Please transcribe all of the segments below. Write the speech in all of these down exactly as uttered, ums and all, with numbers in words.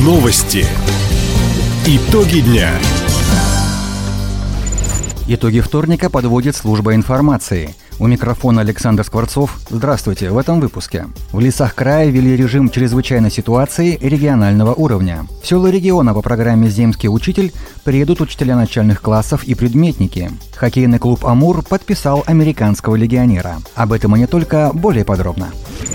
Новости. Итоги дня. Итоги вторника подводит служба информации. У микрофона Александр Скворцов. Здравствуйте. В этом выпуске. В лесах края ввели режим чрезвычайной ситуации регионального уровня. В села региона по программе «Земский учитель» приедут учителя начальных классов и предметники. Хоккейный клуб «Амур» подписал американского легионера. Об этом и не только, более подробно.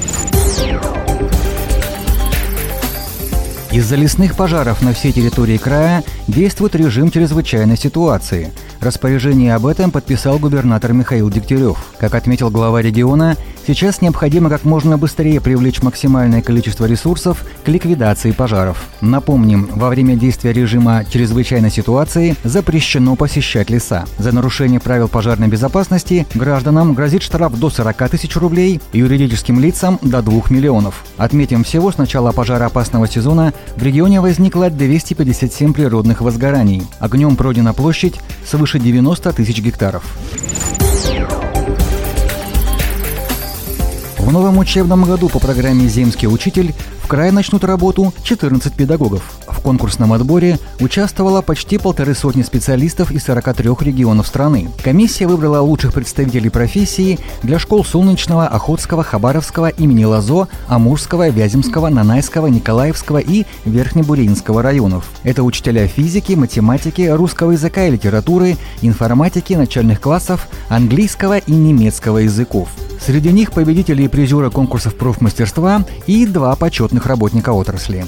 Из-за лесных пожаров на всей территории края действует режим чрезвычайной ситуации. Распоряжение об этом подписал губернатор Михаил Дегтярев. Как отметил глава региона, сейчас необходимо как можно быстрее привлечь максимальное количество ресурсов к ликвидации пожаров. Напомним, во время действия режима чрезвычайной ситуации запрещено посещать леса. За нарушение правил пожарной безопасности гражданам грозит штраф до сорок тысяч рублей, юридическим лицам до двух миллионов. Отметим, всего с начала пожароопасного сезона в регионе возникло двести пятьдесят семь природных возгораний. Огнем пройдена площадь свыше девяноста тысяч гектаров. В новом учебном году по программе «Земский учитель» в крае начнут работу четырнадцать педагогов. В конкурсном отборе участвовало почти полторы сотни специалистов из сорока трёх регионов страны. Комиссия выбрала лучших представителей профессии для школ Солнечного, Охотского, Хабаровского, имени Лозо, Амурского, Вяземского, Нанайского, Николаевского и Верхнебуринского районов. Это учителя физики, математики, русского языка и литературы, информатики, начальных классов, английского и немецкого языков. Среди них победители и призеры конкурсов профмастерства и два почетных работника отрасли.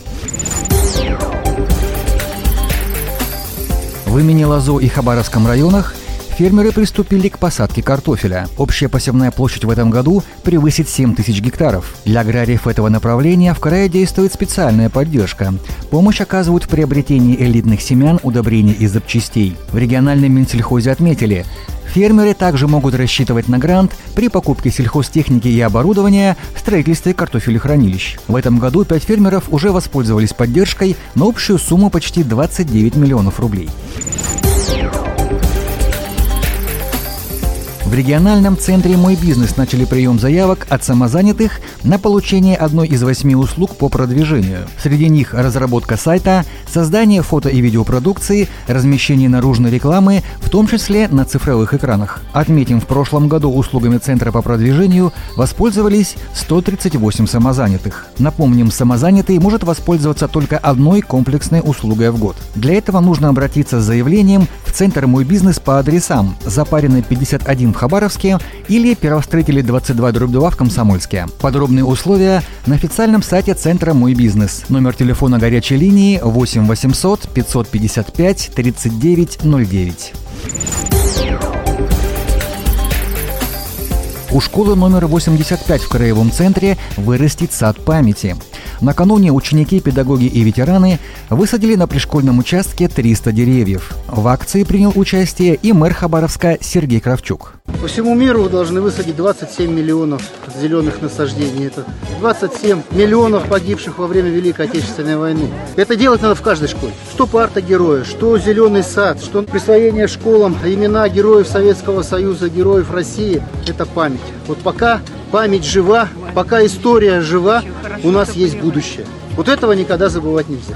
В имени Лозо и Хабаровском районах фермеры приступили к посадке картофеля. Общая посевная площадь в этом году превысит семь тысяч гектаров. Для аграриев этого направления в крае действует специальная поддержка. Помощь оказывают в приобретении элитных семян, удобрений и запчастей. В региональном Минсельхозе отметили, фермеры также могут рассчитывать на грант при покупке сельхозтехники и оборудования в строительстве картофелехранилищ. В этом году пять фермеров уже воспользовались поддержкой на общую сумму почти двадцать девять миллионов рублей. В региональном центре «Мой бизнес» начали прием заявок от самозанятых на получение одной из восьми услуг по продвижению. Среди них разработка сайта, создание фото- и видеопродукции, размещение наружной рекламы, в том числе на цифровых экранах. Отметим, в прошлом году услугами Центра по продвижению воспользовались сто тридцать восемь самозанятых. Напомним, самозанятый может воспользоваться только одной комплексной услугой в год. Для этого нужно обратиться с заявлением в Центр «Мой бизнес» по адресам Запариной пятьдесят один в Хабаровске или Первостроителей двадцать два дробь два в Комсомольске. Подробные условия на официальном сайте Центра «Мой бизнес». Номер телефона горячей линии восемь восемьсот пятьсот пятьдесят пять тридцать девять ноль девять. У школы номер восемьдесят пять в Краевом центре вырастет сад памяти. Накануне ученики, педагоги и ветераны высадили на пришкольном участке триста деревьев. В акции принял участие и мэр Хабаровска Сергей Кравчук. По всему миру должны высадить двадцать семь миллионов зеленых насаждений. Это двадцать семь миллионов погибших во время Великой Отечественной войны. Это делать надо в каждой школе. Что парта героя, что зеленый сад, что присвоение школам имена героев Советского Союза, героев России – это память. Вот пока память жива, пока история жива, у нас есть будущее. Вот этого никогда забывать нельзя.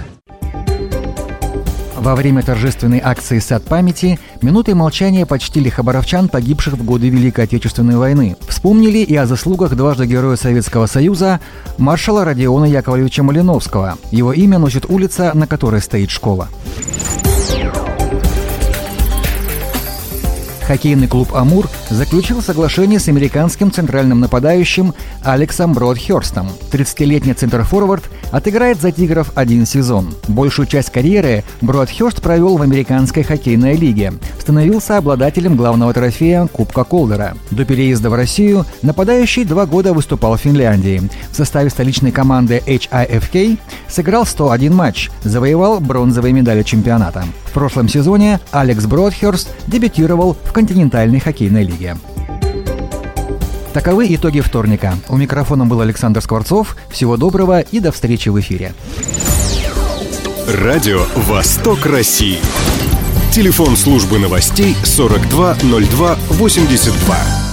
Во время торжественной акции «Сад памяти» минутой молчания почтили хабаровчан, погибших в годы Великой Отечественной войны. Вспомнили и о заслугах дважды Героя Советского Союза маршала Родиона Яковлевича Малиновского. Его имя носит улица, на которой стоит школа. Хоккейный клуб «Амур» заключил соглашение с американским центральным нападающим Алексом Бродхерстом. тридцатилетний центрфорвард отыграет за «Тигров» один сезон. Большую часть карьеры Бродхерст провел в американской хоккейной лиге. Становился обладателем главного трофея Кубка Колдера. До переезда в Россию нападающий два года выступал в Финляндии. В составе столичной команды эйч ай эф кей сыграл сто один матч, завоевал бронзовые медали чемпионата. В прошлом сезоне Алекс Бродхерст дебютировал в континентальной хоккейной лиге. Таковы итоги вторника. У микрофона был Александр Скворцов. Всего доброго и до встречи в эфире. Радио «Восток России». Телефон службы новостей сорок два ноль два восемьдесят два.